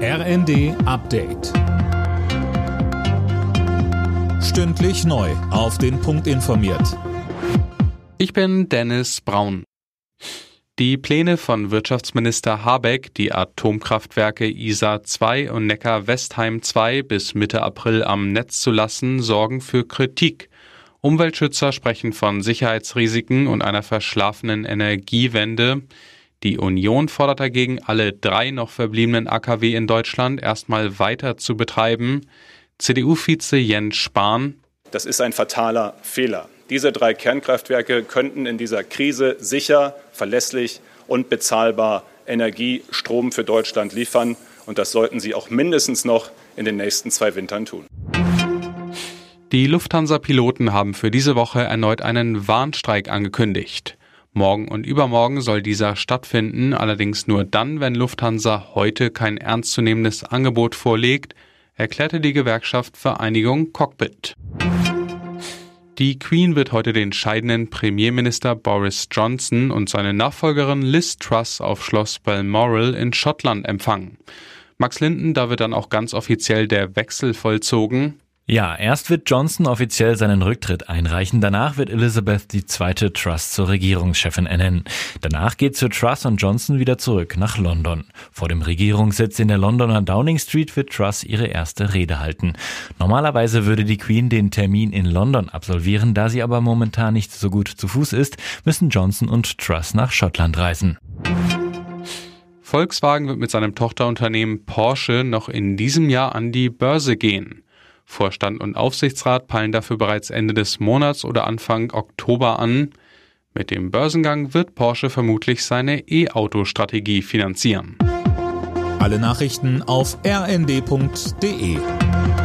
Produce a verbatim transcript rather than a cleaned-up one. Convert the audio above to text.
R N D Update. Stündlich neu auf den Punkt informiert. Ich bin Dennis Braun. Die Pläne von Wirtschaftsminister Habeck, die Atomkraftwerke Isar zwei und Neckar-Westheim zwei bis Mitte April am Netz zu lassen, sorgen für Kritik. Umweltschützer sprechen von Sicherheitsrisiken und einer verschlafenen Energiewende. Die Union fordert dagegen, alle drei noch verbliebenen A K W in Deutschland erstmal weiter zu betreiben. C D U-Vize Jens Spahn: Das ist ein fataler Fehler. Diese drei Kernkraftwerke könnten in dieser Krise sicher, verlässlich und bezahlbar Energie, Strom für Deutschland liefern. Und das sollten sie auch mindestens noch in den nächsten zwei Wintern tun. Die Lufthansa-Piloten haben für diese Woche erneut einen Warnstreik angekündigt. Morgen und übermorgen soll dieser stattfinden, allerdings nur dann, wenn Lufthansa heute kein ernstzunehmendes Angebot vorlegt, erklärte die Gewerkschaft Vereinigung Cockpit. Die Queen wird heute den scheidenden Premierminister Boris Johnson und seine Nachfolgerin Liz Truss auf Schloss Balmoral in Schottland empfangen. Max Linden, da wird dann auch ganz offiziell der Wechsel vollzogen. Ja, erst wird Johnson offiziell seinen Rücktritt einreichen, danach wird Elizabeth die zweite Truss zur Regierungschefin ernennen. Danach geht Sir Truss und Johnson wieder zurück nach London. Vor dem Regierungssitz in der Londoner Downing Street wird Truss ihre erste Rede halten. Normalerweise würde die Queen den Termin in London absolvieren, da sie aber momentan nicht so gut zu Fuß ist, müssen Johnson und Truss nach Schottland reisen. Volkswagen wird mit seinem Tochterunternehmen Porsche noch in diesem Jahr an die Börse gehen. Vorstand und Aufsichtsrat peilen dafür bereits Ende des Monats oder Anfang Oktober an. Mit dem Börsengang wird Porsche vermutlich seine E-Auto-Strategie finanzieren. Alle Nachrichten auf r n d punkt d e.